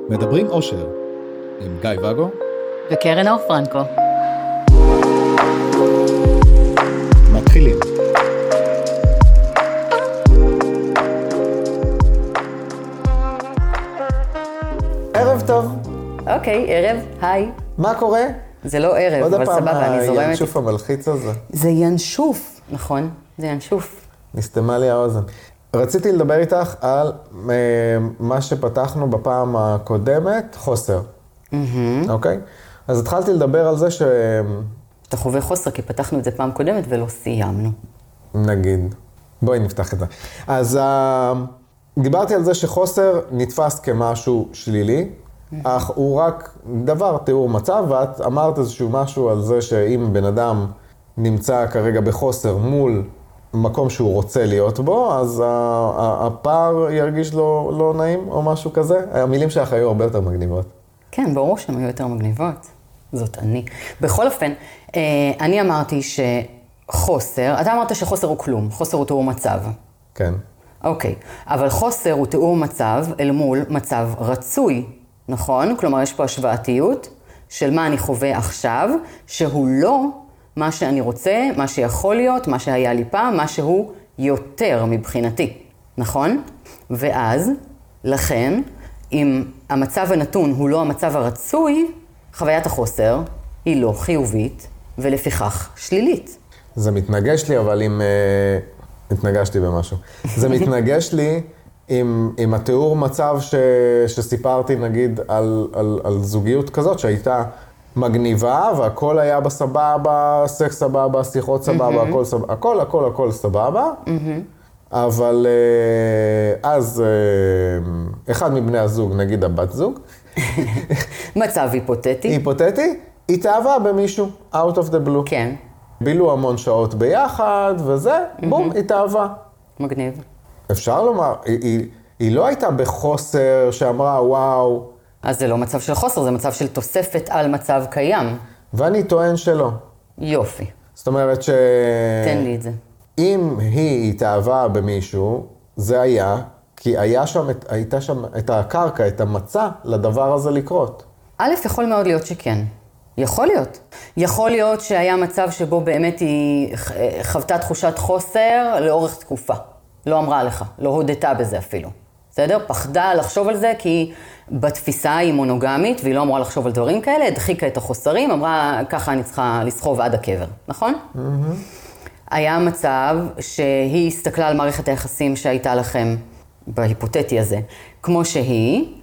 מדברים אושר עם גיא וגו וקרן אור פרנקו. מתחילים. ערב טוב. אוקיי, ערב, היי. מה קורה? זה לא ערב, אבל סבבה, אני זורמת. עוד הפעם הינשוף המלחיץ הזה. זה ינשוף, נכון? זה ינשוף. נסתמה לי האוזן. רציתי לדבר איתך על מה שפתחנו בפעם הקודמת, חוסר. אוקיי? אז התחלתי לדבר על זה ש... אתה חווה חוסר, כי פתחנו את זה פעם קודמת ולא סיימנו. נגיד. בואי נפתח את זה. אז דיברתי על זה שחוסר נתפס כמשהו שלילי, אך הוא רק דבר, תיאור מצב, ואת אמרת איזשהו משהו על זה שאם בן אדם נמצא כרגע בחוסר מול מקום שהוא רוצה להיות בו, אז הפער ירגיש לו לא נעים או משהו כזה. המילים שלך היו הרבה יותר מגניבות. כן, ברור שהן היו יותר מגניבות. זאת אני. בכל אופן, אני אמרתי שחוסר, אתה אמרת שחוסר הוא כלום, חוסר הוא תיאור מצב. כן. אוקיי, אבל חוסר הוא תיאור מצב אל מול מצב רצוי, נכון? כלומר, יש פה השוואתיות של מה אני חווה עכשיו, שהוא לא מה שאני רוצה, מה שיכול להיות, מה שהיה לי פעם, מה שהוא יותר מבחינתי, נכון? ואז, לכן, אם המצב הנתון הוא לא המצב הרצוי, חוויית החוסר היא לא חיובית ולפיכך שלילית. זה מתנגש לי, אבל אם... התנגשתי במשהו. זה מתנגש לי עם התיאור מצב שסיפרתי, נגיד, על זוגיות כזאת, שהייתה מגניבה, והכל היה בסבבה, סקס סבבה, שיחות סבבה, הכל סבבה, הכל סבבה. אבל אז אחד מבני הזוג, נגיד הבת זוג, מצב היפותטי. התאהבה במישהו, out of the blue. כן. בילו המון שעות ביחד, וזה, בום, התאהבה. מגניב. אפשר לומר, היא לא הייתה בחוסר שאמרה, וואו. אז זה לא מצב של חוסר, זה מצב של תוספת על מצב קיים. ואני טוען שלא. יופי. זאת אומרת ש... תן לי את זה. אם היא התאהבה במישהו, זה היה, כי הייתה שם את הקרקע, את המצע לדבר הזה לקרות. א', יכול מאוד להיות שכן. יכול להיות. יכול להיות שהיה מצב שבו באמת היא חוותה תחושת חוסר לאורך תקופה. לא אמרה לך, לא הודתה בזה אפילו. בסדר? פחדה לחשוב על זה כי בתפיסה היא מונוגמית והיא לא אמורה לחשוב על דברים כאלה, הדחיקה את החוסרים, אמרה ככה אני צריכה לסחוב עד הקבר, נכון? היה מצב שהיא הסתכלה על מערכת היחסים שהייתה לכם בהיפותטי הזה, כמו שהיא,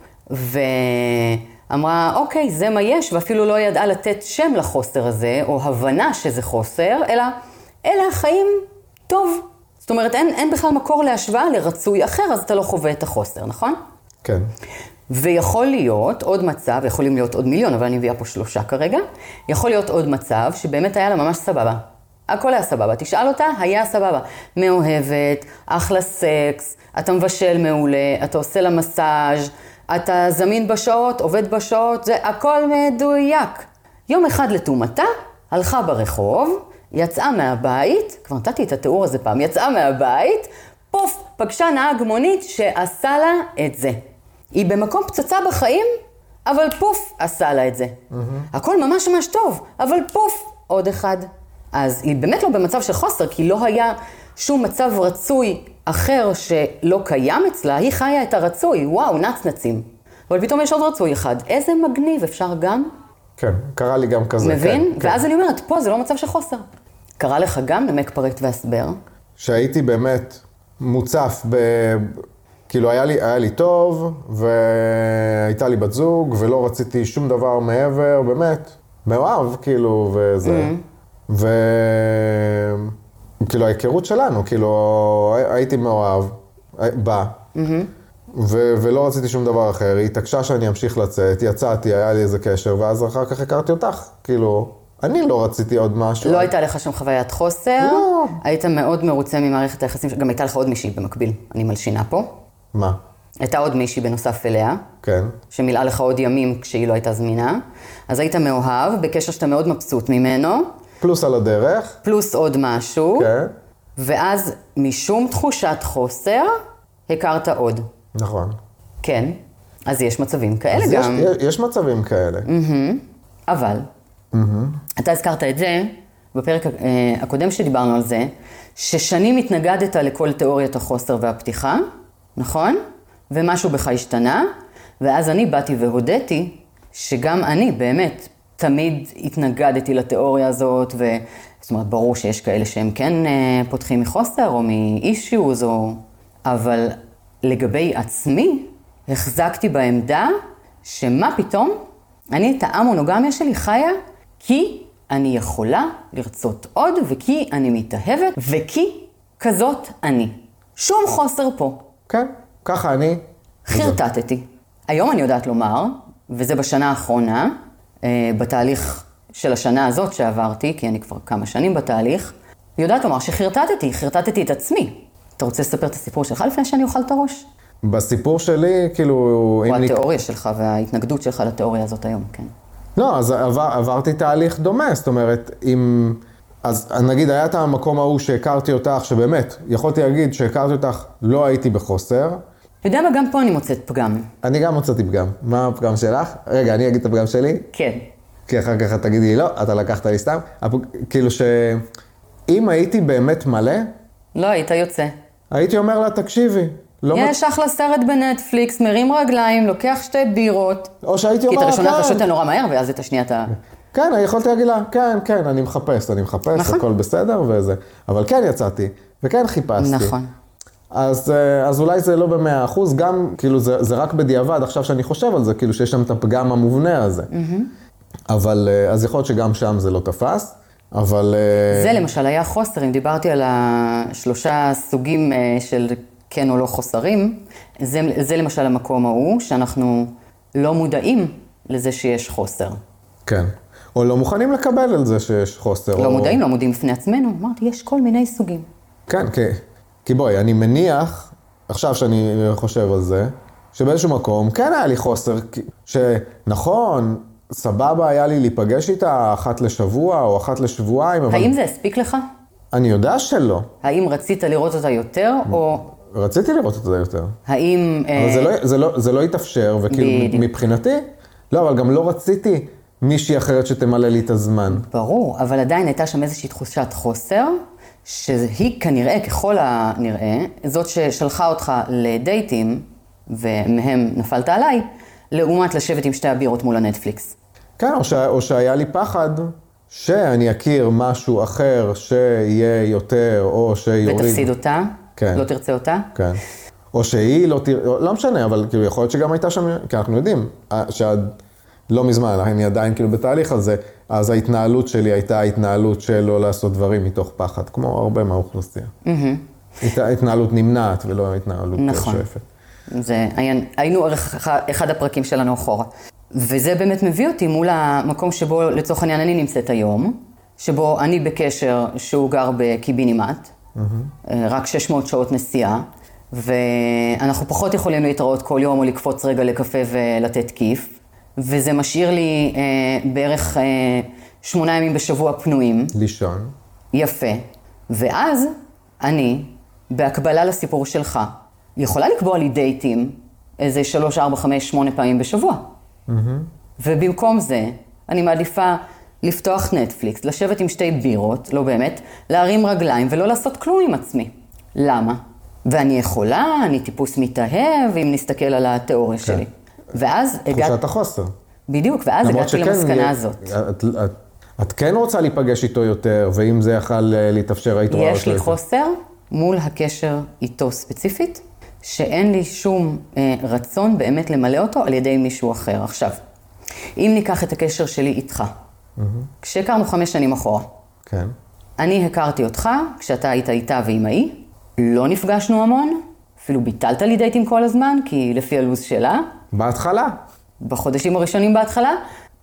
אמרה, אוקיי, זה מה יש, ואפילו לא ידעה לתת שם לחוסר הזה, או הבנה שזה חוסר, אלא החיים טוב. זאת אומרת, אין בכלל מקור להשוואה לרצוי אחר, אז אתה לא חווה את החוסר, נכון? כן. ויכול להיות עוד מצב, יכולים להיות עוד מיליון, אבל אני מביאה פה 3 כרגע, יכול להיות עוד מצב שבאמת היה לה ממש סבבה. הכל היה סבבה, תשאל אותה, היה סבבה. מאוהבת, אחלה סקס, אתה מבשל מעולה, אתה עושה לה מסאז', אתה זמין בשעות, עובד בשעות, זה הכל מדויק. יום אחד לתומתה, הלכה ברחוב, יצאה מהבית, כבר נתתי את התיאור הזה פעם, יצאה מהבית, פוף, פגשה נהג מונית שעשה לה את זה. היא במקום פצצה בחיים, אבל פוף, עשה לה את זה. הכל ממש ממש טוב, אבל פוף, עוד אחד. אז היא באמת לא במצב של חוסר, כי לא היה שום מצב רצוי אחר שלא קיים אצלה, היא חיה את הרצוי, וואו, נצנצים. אבל פתאום יש עוד רצוי אחד, איזה מגניב, אפשר גם? כן, קרה לי גם כזה. מבין? כן, ואז אני אומרת, פה זה לא מצב של חוסר. קרה לך גם, נמק פרט והסבר. שהייתי באמת מוצף כאילו היה לי טוב, והייתה לי בת זוג, ולא רציתי שום דבר מעבר, באמת, מאוהב, כאילו, וזה. כאילו ההיכרות שלנו, כאילו הייתי מאוהב, בא, ולא רציתי שום דבר אחר, היא התעקשה שאני אמשיך לצאת, יצאתי, היה לי איזה קשר, ואז אחר כך הכרתי אותך, כאילו, אני לא רציתי עוד משהו. לא הייתה לך שם חוויית חוסר? לא. היית מאוד מרוצה ממערכת היחסים, גם הייתה לך עוד מישהי במקביל, אני מלשינה פה. מה? הייתה עוד מישהי בנוסף אליה. כן. שמילאה לך עוד ימים כשהיא לא הייתה זמינה. אז היית מאוהב, בקשר שאתה מאוד מבסוט ממנו. פלוס על הדרך. פלוס עוד משהו. כן. ואז משום תחושת חוסר, הכרת עוד. נכון. כן. אז יש מצבים כאלה אז גם. יש מצבים כאלה. אבל, אתה הזכרת את זה, בפרק הקודם שדיברנו על זה, ששנים התנגדת לכל תיאוריית החוסר והפתיחה, נכון? ומשהו בך השתנה, ואז אני באתי והודיתי שגם אני באמת תמיד התנגדתי לתיאוריה הזאת, זאת אומרת, ברור שיש כאלה שהם כן פותחים מחוסר או מאישיוז, אבל לגבי עצמי, החזקתי בעמדה שמה פתאום, אני את המונוגמיה שלי חיה, כי אני יכולה לרצות עוד, וכי אני מתאהבת, וכי כזאת אני. שום חוסר פה. כן, ככה אני. חרטטתי. היום אני יודעת לומר, וזה בשנה האחרונה, בתהליך של השנה הזאת שעברתי, כי אני כבר כמה שנים בתהליך, יודעת לומר שחרטטתי את עצמי. אתה רוצה לספר את הסיפור שלך לפני שאני אוכל את הראש? בסיפור שלי, כאילו... או התיאוריה שלך וההתנגדות שלך לתיאוריה הזאת היום, כן. לא, אז עברתי תהליך דומה, זאת אומרת, אז נגיד, היה את המקום ההוא שהכרתי אותך, שבאמת, יכולתי להגיד שהכרתי אותך, לא הייתי בחוסר. יודע מה, גם פה אני מוצאת פגם. אני גם מוצאתי פגם. מה הפגם שלך? רגע, אני אגיד את הפגם שלי? כן. כי אחר כך תגידי לי, לא, אתה לקחת לי סתם. כאילו שאם הייתי באמת מלא... לא, היית יוצא. הייתי אומר לה, תקשיבי. יש אחלה סרט בנטפליקס, מרים רגליים, לוקח 2 בירות. או שהייתי אומר, כי את הראשונה אתה שותה נורא מהר, ואז את השנייה אתה... כן, יכולתי להגיד לה, כן, אני מחפש, נכון. הכל בסדר וזה. אבל כן יצאתי, וכן חיפשתי. נכון. אז אולי זה לא ב100%, גם, כאילו, זה רק בדיעבד, עכשיו שאני חושב על זה, כאילו שיש שם את הפגם המובנה הזה. אבל, אז יכול להיות שגם שם זה לא תפס, אבל... זה למשל היה חוסר, אם דיברתי על 3 סוגים של כן או לא חוסרים, זה למשל המקום ההוא, שאנחנו לא מודעים לזה שיש חוסר. כן. או לא מוכנים לקבל על זה שיש חוסר. לא מודעים, לא מודעים בפני עצמנו. אמרתי, יש כל מיני סוגים. כן, כי בואי, אני מניח, עכשיו שאני חושב על זה, שבאיזשהו מקום כן היה לי חוסר, שנכון, סבבה היה לי להיפגש איתה 1 לשבוע או 1 לשבועיים, אבל... האם זה הספיק לך? אני יודע שלא. האם רצית לראות אותה יותר, או... רציתי לראות אותה יותר. האם... אבל זה לא התאפשר, וכאילו מבחינתי, לא, אבל גם לא רציתי מישהי אחרת שתמלא לי את הזמן. ברור, אבל עדיין הייתה שם איזושהי תחושת חוסר, שהיא כנראה, ככל הנראה, זאת ששלחה אותך לדייטים, ומהם נפלת עליי, לעומת לשבת עם 2 הבירות מול הנטפליקס. כן, או שהיה לי פחד שאני אכיר משהו אחר שיהיה יותר, או שיוריד... ותפסיד אותה? כן. לא תרצה אותה? כן. או שהיא לא לא משנה, אבל כאילו יכול להיות שגם הייתה שם, כי אנחנו יודעים לא מזמן, אני עדיין כאילו בתהליך הזה, אז ההתנהלות שלי הייתה התנהלות של לא לעשות דברים מתוך פחד, כמו הרבה מהאוכלוסייה. התנהלות נמנעת ולא התנהלות שואפת. היינו אחד הפרקים שלנו אחורה. וזה באמת מביא אותי מול המקום שבו לצורך העניין אני נמצאת היום, שבו אני בקשר שהוא גר בקיבינימט, רק 600 שעות נסיעה, ואנחנו פחות יכולים להתראות כל יום או לקפוץ רגע לקפה ולתת כיף, וזה משאיר לי בערך 8 ימים בשבוע פנויים. לישון. יפה. ואז אני, בהקבלה לסיפור שלך, יכולה לקבוע לי דייטים איזה 3, 4, 5, 8 פעמים בשבוע. ובמקום זה, אני מעדיפה לפתוח נטפליקס, לשבת עם 2 בירות, לא באמת, להרים רגליים ולא לעשות כלום עם עצמי. למה? ואני יכולה, אני טיפוס מתאהב, אם נסתכל על התיאוריה שלי. ואז תחושת החוסר. בדיוק, ואז הגעתי למסקנה הזאת. את כן רוצה להיפגש איתו יותר, ואם זה יכל להתאפשר, היית רואה אותו יותר. יש לי חוסר מול הקשר איתו ספציפית, שאין לי שום רצון באמת למלא אותו על ידי מישהו אחר. עכשיו, אם ניקח את הקשר שלי איתך, כשהכרנו 5 שנים אחורה, כן. אני הכרתי אותך כשאתה היית איתה ועם ההיא, לא נפגשנו המון, אפילו ביטלת לי דייטים כל הזמן, כי לפי הלו"ז שלה. בהתחלה. בחודשים הראשונים בהתחלה,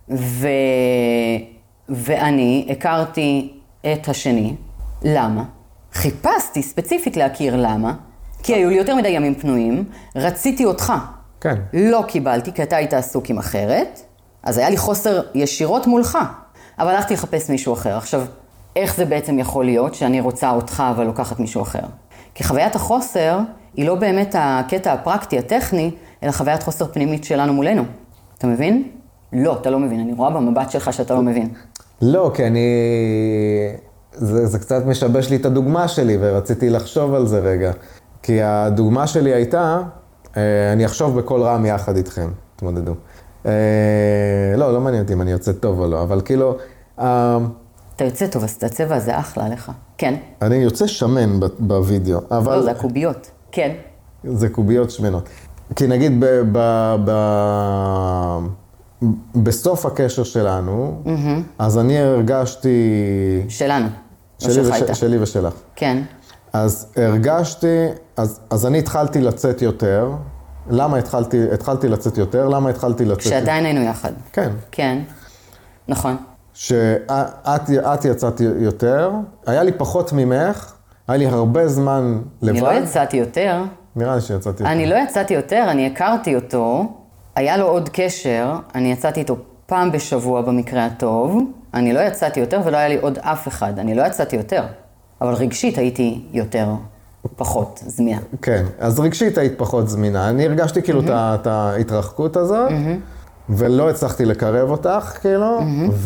ואני הכרתי את השני. למה? חיפשתי ספציפית להכיר למה, כי היו לי יותר מדי ימים פנויים, רציתי אותך. כן. לא קיבלתי, כי אתה היית עסוק עם אחרת, אז היה לי חוסר ישירות מולך, אבל הלכתי לחפש מישהו אחר. עכשיו, איך זה בעצם יכול להיות שאני רוצה אותך אבל לוקחת מישהו אחר? כי חוויית החוסר היא לא באמת הקטע הפרקטי, הטכני, אלא חוויית חוסר פנימית שלנו מולנו. אתה מבין? לא, אתה לא מבין. אני רואה במבט שלך שאתה לא מבין. לא, כי זה קצת משבש לי את הדוגמה שלי, ורציתי לחשוב על זה רגע. כי הדוגמה שלי הייתה, אני אחשוב בכל רם יחד איתכם, תמודדו. לא מעניין אותי אם אני יוצא טוב או לא, אבל כאילו... אתה יוצא טוב, אז הצבע הזה אחלה עליך. כן. אני יוצא שמן בווידאו, אבל... לא, זה הקוביות. כן. זה קוביות שמנות. כי נגיד בסוף הקשר שלנו, אז אני הרגשתי... שלנו. שלי ושלך. כן. אז הרגשתי, אז אני התחלתי לצאת יותר. למה התחלתי לצאת יותר? למה התחלתי לצאת... כשעדיין היינו יחד. כן. כן. נכון. שאת יצאתי יותר, היה לי פחות ממך, היה לי הרבה זמן לבד. אני לא יצאתי יותר. נראה לי שיצאתי יותר. אני לא יצאתי יותר, אני הכרתי אותו, היה לו עוד קשר, אני יצאתי איתו פעם בשבוע במקרה הטוב, אני לא יצאתי יותר ולא היה לי עוד אף אחד, אני לא יצאתי יותר, אבל רגשית הייתי יותר, פחות זמינה. כן, אז רגשית היית פחות זמינה, אני הרגשתי כאילו את ההתרחקות הזאת, ולא הצלחתי לקרב אותך, כאילו,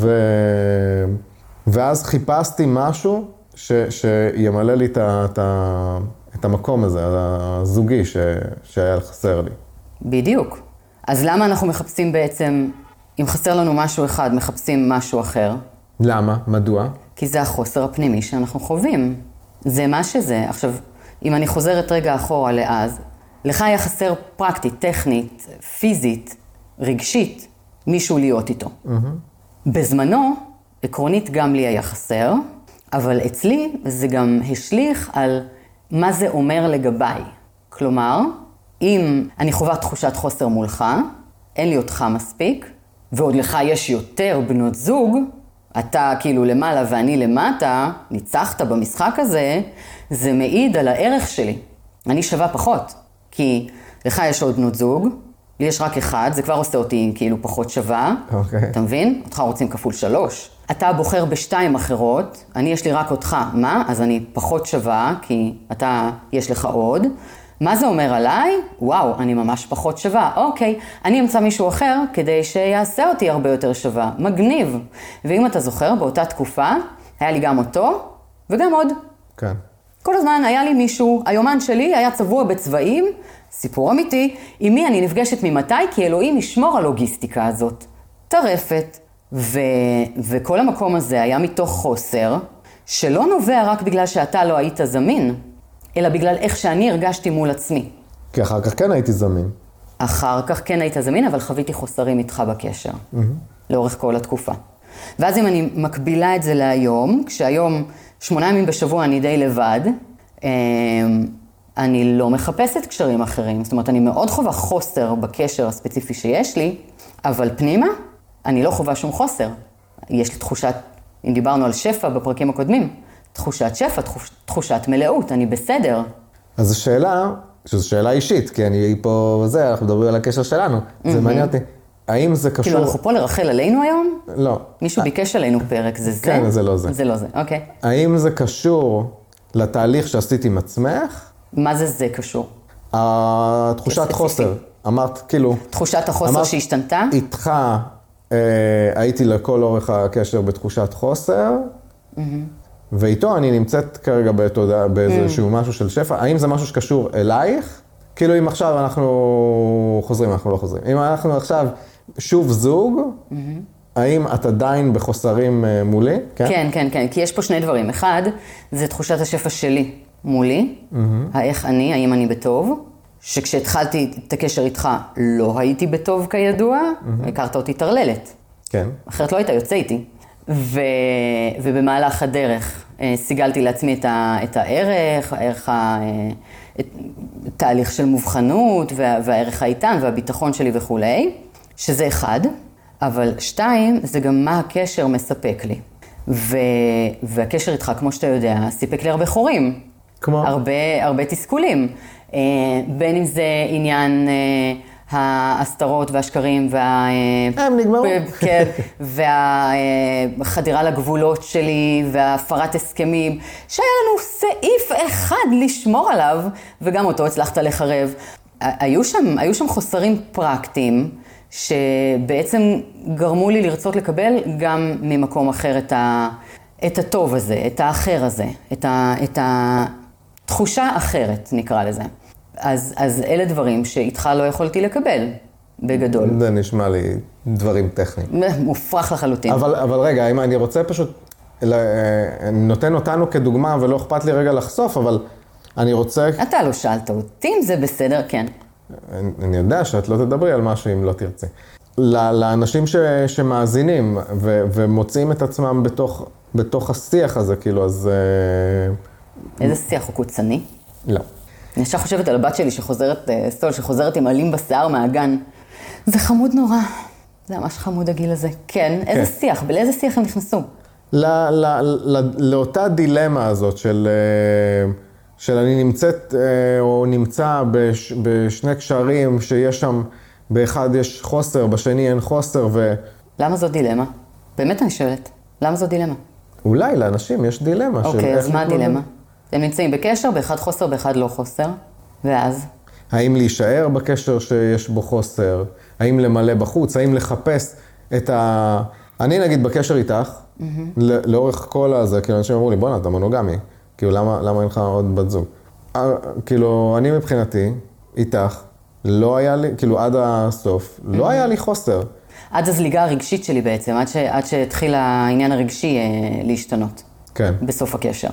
ואז חיפשתי משהו שימלא לי את המקום הזה, הזוגי שהיה חסר לי. בדיוק. אז למה אנחנו מחפשים בעצם, אם חסר לנו משהו אחד, מחפשים משהו אחר? למה? מדוע? כי זה החוסר הפנימי שאנחנו חווים. זה מה שזה. עכשיו, אם אני חוזרת רגע אחורה לאז, לך היה חסר פרקטית, טכנית, פיזית, רגשית, מישהו להיות איתו. בזמנו, עקרונית גם לי היה חסר, אבל אצלי זה גם השליך על מה זה אומר לגביי. כלומר, אם אני חווה תחושת חוסר מולך, אין לי אותך מספיק, ועוד לך יש יותר בנות זוג, אתה כאילו למעלה ואני למטה, ניצחת במשחק הזה, זה מעיד על הערך שלי. אני שווה פחות, כי לך יש עוד בנות זוג, לי יש רק אחד, זה כבר עושה אותי כאילו פחות שווה. אוקיי. אתה מבין? אותך רוצים כפול 3. אתה בוחר בשתיים אחרות, אני יש לי רק אותך. מה? אז אני פחות שווה, כי אתה יש לך עוד. מה זה אומר עליי? וואו, אני ממש פחות שווה. אוקיי, אני אמצא מישהו אחר כדי שיעשה אותי הרבה יותר שווה. מגניב. ואם אתה זוכר, באותה תקופה, היה לי גם אותו וגם עוד. כן. כל הזמן היה לי מישהו, היומן שלי היה צבוע בצבעים, סיפור אמיתי, עם מי אני נפגשת ממתי, כי אלוהים ישמור הלוגיסטיקה הזאת. טרפת. וכל המקום הזה היה מתוך חוסר, שלא נובע רק בגלל שאתה לא היית זמין, אלא בגלל איך שאני הרגשתי מול עצמי. כי אחר כך כן הייתי זמין. אחר כך כן היית זמין, אבל חוויתי חוסרים איתך בקשר, לאורך כל התקופה. ואז אם אני מקבילה את זה להיום, כשהיום 8 ימים בשבוע אני די לבד, אני לא מחפשת קשרים אחרים. זאת אומרת, אני מאוד חווה חוסר בקשר הספציפי שיש לי, אבל פנימה, אני לא חווה שום חוסר. יש לי תחושת, אם דיברנו על שפע בפרקים הקודמים, תחושת שפע, תחושת מלאות, אני בסדר. אז זו שאלה אישית, כי אני פה, אנחנו מדברים על הקשר שלנו, זה מעניין אותי. האם זה קשור... כאילו, אנחנו פה לרחל עלינו היום? לא. מישהו ביקש עלינו פרק, זה זה? כן, זה לא זה. זה לא זה, אוקיי. האם זה קשור לתהליך שעשיתי עם עצמך? מה זה קשור? התחושת חוסר. אמרת, כאילו... תחושת החוסר שהשתנתה? איתך הייתי לכל אורך הקשר בתחושת חוסר, ואיתו אני נמצאת כרגע באיזשהו משהו של שפע. האם זה משהו שקשור אלייך? כאילו אם עכשיו אנחנו חוזרים, אנחנו לא חוזרים. אם אנחנו עכשיו שוב זוג, האם את עדיין בחוסרים מולי? כן, כן, כן. כי יש פה שני דברים. אחד, זה תחושת השפע שלי מולי. האיך אני, האם אני בטוב. שכשהתחלתי את הקשר איתך, לא הייתי בטוב כידוע, הכרת אותי תרללת. כן. אחרת לא היית יוצא איתי. ובמהלך הדרך סיגלתי לעצמי את הערך, תהליך של מובחנות, והערך האיתן והביטחון שלי וכו', שזה אחד. אבל 2, זה גם מה הקשר מספק לי. והקשר איתך, כמו שאתה יודע, סיפק לי הרבה חורים. כמו? הרבה תסכולים. בין אם זה עניין ההסתרות והשקרים הם נגמרו. כן, והחדירה לגבולות שלי והפרת הסכמים, שהיה לנו סעיף אחד לשמור עליו, וגם אותו הצלחת לחרב. היו שם חוסרים פרקטיים, שבעצם גרמו לי לרצות לקבל גם ממקום אחר את הטוב הזה, את האחר הזה, את התחושה האחרת, נקרא לזה. אז אלה דברים שאיתך לא יכולתי לקבל, בגדול. זה נשמע לי דברים טכניים. מופרך לחלוטין. אבל רגע, אם אני רוצה פשוט, אני נותן אותנו כדוגמה ולא אכפת לי רגע לחשוף, אבל אני רוצה... אתה לא שאלת אותי אם זה בסדר, כן. אני יודע שאת לא תדברי על משהו אם לא תרצי. לאנשים שמאזינים ומוצאים את עצמם בתוך השיח הזה, כאילו, אז... איזה שיח הוא קוצני? לא. אני עכשיו חושבת על הבת שלי שחוזרת עם עלים בשיער מהגן. זה חמוד נורא. זה ממש חמוד הגיל הזה. כן, איזה שיח? לאיזה שיח הם נכנסו? לאותה דילמה הזאת של אני נמצאת או נמצא בשני קשרים שיש שם, באחד יש חוסר, בשני אין חוסר למה זו דילמה? באמת אני שואלת. למה זו דילמה? אולי לאנשים יש דילמה. אוקיי, אז מה הדילמה? הם נמצאים בקשר, באחד חוסר, באחד לא חוסר, ואז? האם להישאר בקשר שיש בו חוסר? האם למלא בחוץ? האם לחפש את אני נגיד בקשר איתך, לאורך כל הזה, כאילו אנשים אמרו לי, בוא'נה, אתה מונוגמי. כאילו, למה אין לך עוד בת זוג? כאילו, אני מבחינתי, איתך, לא היה לי, כאילו, עד הסוף, לא היה לי חוסר. עד הזליגה הרגשית שלי בעצם, עד שהתחיל העניין הרגשי להשתנות. כן. בסוף הקשר.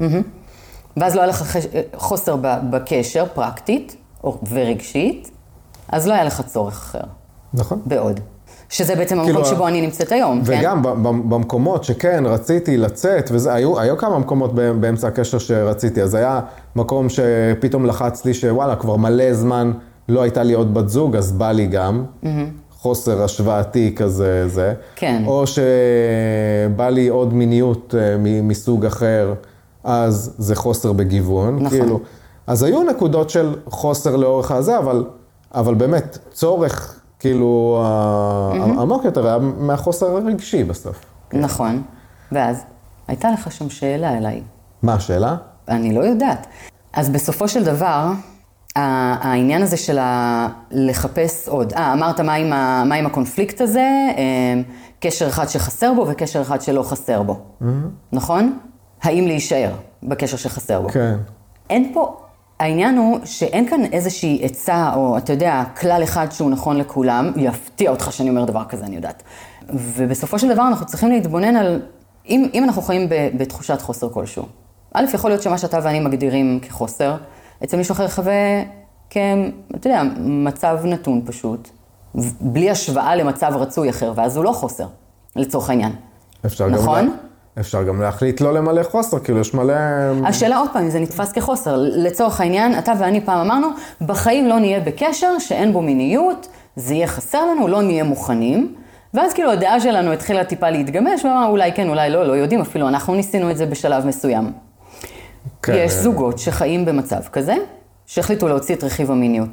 ואז לא היה לך חוסר בקשר, פרקטית ורגשית, אז לא היה לך צורך אחר. נכון. בעוד. שזה בעצם המקום שבו אני נמצאת היום, כן? וגם במקומות שכן, רציתי לצאת, היו כמה מקומות באמצע הקשר שרציתי, אז היה מקום שפתאום לחץ לי שוואלה, כבר מלא זמן לא הייתה לי עוד בת זוג, אז בא לי גם. חוסר השוואתי כזה, זה. כן. או שבא לי עוד מיניות מסוג אחר, אז זה חוסר בגיוון. נכון. כאילו, אז היו נקודות של חוסר לאורך הזה, אבל באמת צורך, כאילו, עמוק יותר היה מהחוסר הרגשי בסוף. נכון. ואז, הייתה לך שם שאלה אליי. מה השאלה? אני לא יודעת. אז בסופו של דבר, העניין הזה של לחפש עוד. אמרת מה עם הקונפליקט הזה? קשר אחד שחסר בו וקשר אחד שלא חסר בו. נכון? האם להישאר בקשר שחסר בו? כן. אין פה, העניין הוא שאין כאן איזושהי עצה, או אתה יודע, כלל אחד שהוא נכון לכולם, יפתיע אותך שאני אומר דבר כזה, אני יודעת. ובסופו של דבר אנחנו צריכים להתבונן על, אם אנחנו חיים בתחושת חוסר כלשהו. א', יכול להיות שמה שאתה ואני מגדירים כחוסר, אצל מישהו אחר חווה אתה יודע, מצב נתון פשוט, בלי השוואה למצב רצוי אחר, ואז הוא לא חוסר, לצורך העניין. נכון? אפשר גם להחליט לא למלא חוסר, כאילו יש מלא... השאלה עוד פעם, אם זה נתפס כחוסר, לצורך העניין, אתה ואני פעם אמרנו, בחיים לא נהיה בקשר שאין בו מיניות, זה יהיה חסר לנו, לא נהיה מוכנים, ואז כאילו הדעה שלנו התחילה טיפה להתגמש, ואמרה אולי כן, אולי לא, לא יודעים, אפילו אנחנו ניסינו את זה בשלב מסוים. כן. יש זוגות שחיים במצב כזה, שהחליטו להוציא את רכיב המיניות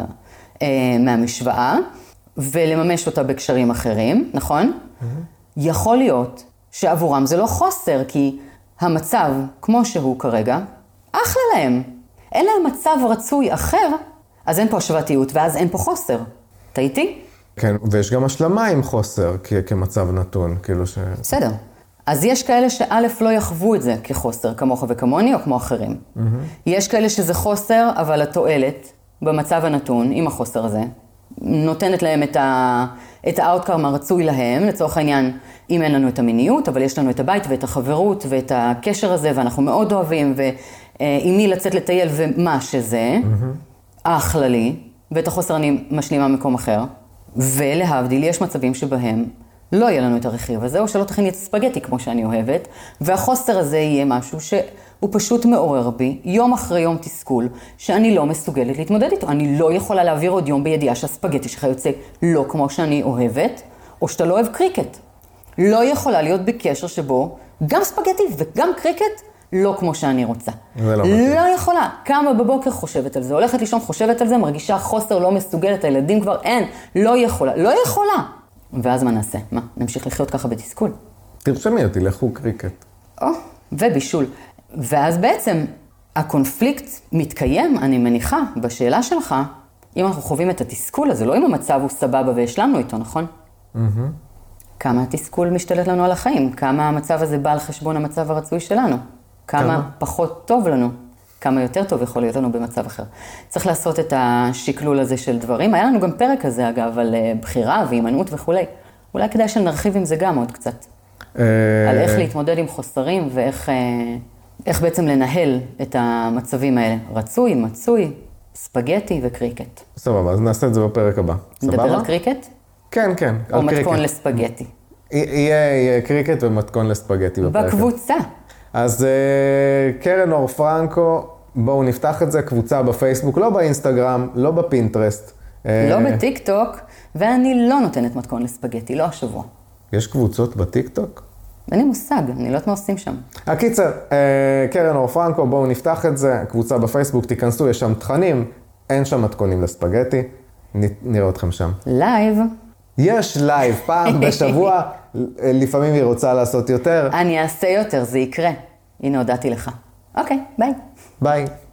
מהמשוואה, ולממש אותה בקשרים אחרים, נכון? יכול להיות שעבורם זה לא חוסר, כי המצב, כמו שהוא כרגע, אחלה להם. אין להם מצב רצוי אחר, אז אין פה השוואתיות, ואז אין פה חוסר. אתה איתי? כן, ויש גם השלמה עם חוסר כמצב נתון, כאילו ש... בסדר. אז יש כאלה שא' לא יחוו את זה כחוסר, כמוך וכמוני, או כמו אחרים. יש כאלה שזה חוסר, אבל התועלת במצב הנתון, עם החוסר הזה, נותנת להם את האוטקאם הרצוי להם, לצורך העניין, אם אין לנו את המיניות, אבל יש לנו את הבית ואת החברות ואת הקשר הזה, ואנחנו מאוד אוהבים, ועם מי לצאת לטייל ומה שזה, אחלה לי, ואת החוסר אני משלימה מקום אחר, ולהבדיל, יש מצבים שבהם לא יהיה לנו את הרכיב הזה, או שלא תכין את ספגטי כמו שאני אוהבת, והחוסר הזה יהיה משהו שהוא פשוט מעורר בי, יום אחרי יום תסכול, שאני לא מסוגלת להתמודד איתו. אני לא יכולה להעביר עוד יום בידיעה שהספגטי שלך יוצא לא כמו שאני אוהבת, או שאתה לא אוהב קריקט. לא יכולה להיות בקשר שבו גם ספגטי וגם קריקט לא כמו שאני רוצה. זה לא מתאים. לא יכולה. קמה בבוקר חושבת על זה, הולכת לישון חושבת על זה, מרגישה חוסר, לא מסוגלת, הילדים כבר אין, לא יכולה. לא יכולה. ואז מה נעשה? מה? נמשיך לחיות ככה בתסכול. תרשמי אותי, לכו קריקט. ובישול. ואז בעצם הקונפליקט מתקיים, אני מניחה, בשאלה שלך, אם אנחנו חווים את התסכול הזה, לא אם המצב הוא סבבה והשלמנו איתו, נכון? כמה התסכול משתלט לנו על החיים, כמה המצב הזה בא על חשבון המצב הרצוי שלנו, כמה פחות טוב לנו, כמה יותר טוב יכול להיות לנו במצב אחר. צריך לעשות את השקלול הזה של דברים. היה לנו גם פרק הזה, אגב, על בחירה והימנעות וכולי. אולי כדאי שנרחיב עם זה גם עוד קצת. על איך להתמודד עם חוסרים ואיך בעצם לנהל את המצבים האלה. רצוי, מצוי, ספגטי וקריקט. סבבה, אז נעשה את זה בפרק הבא. סבבה? נדבר על קריקט? כן, כן, או מתכון לספגטי? יהיה קריקט ומתכון לספגטי בפרק. בקבוצה. אז קרן אור פרנקו, בואו נפתח את זה, קבוצה בפייסבוק, לא באינסטגרם, לא בפינטרסט. לא בטיק טוק, ואני לא נותנת מתכון לספגטי, לא השבוע. יש קבוצות בטיק טוק? אין לי מושג, אני לא יודעת מה עושים שם. הקיצר, קרן אור פרנקו, בואו נפתח את זה, קבוצה בפייסבוק, תיכנסו, יש שם תכנים, אין שם מתכונים לספגטי, נראה אתכם שם. לייב. יש לייב, פעם בשבוע, לפעמים היא רוצה לעשות יותר. אני אעשה יותר, זה יקרה. הנה, הודעתי לך. אוקיי, ביי. ביי.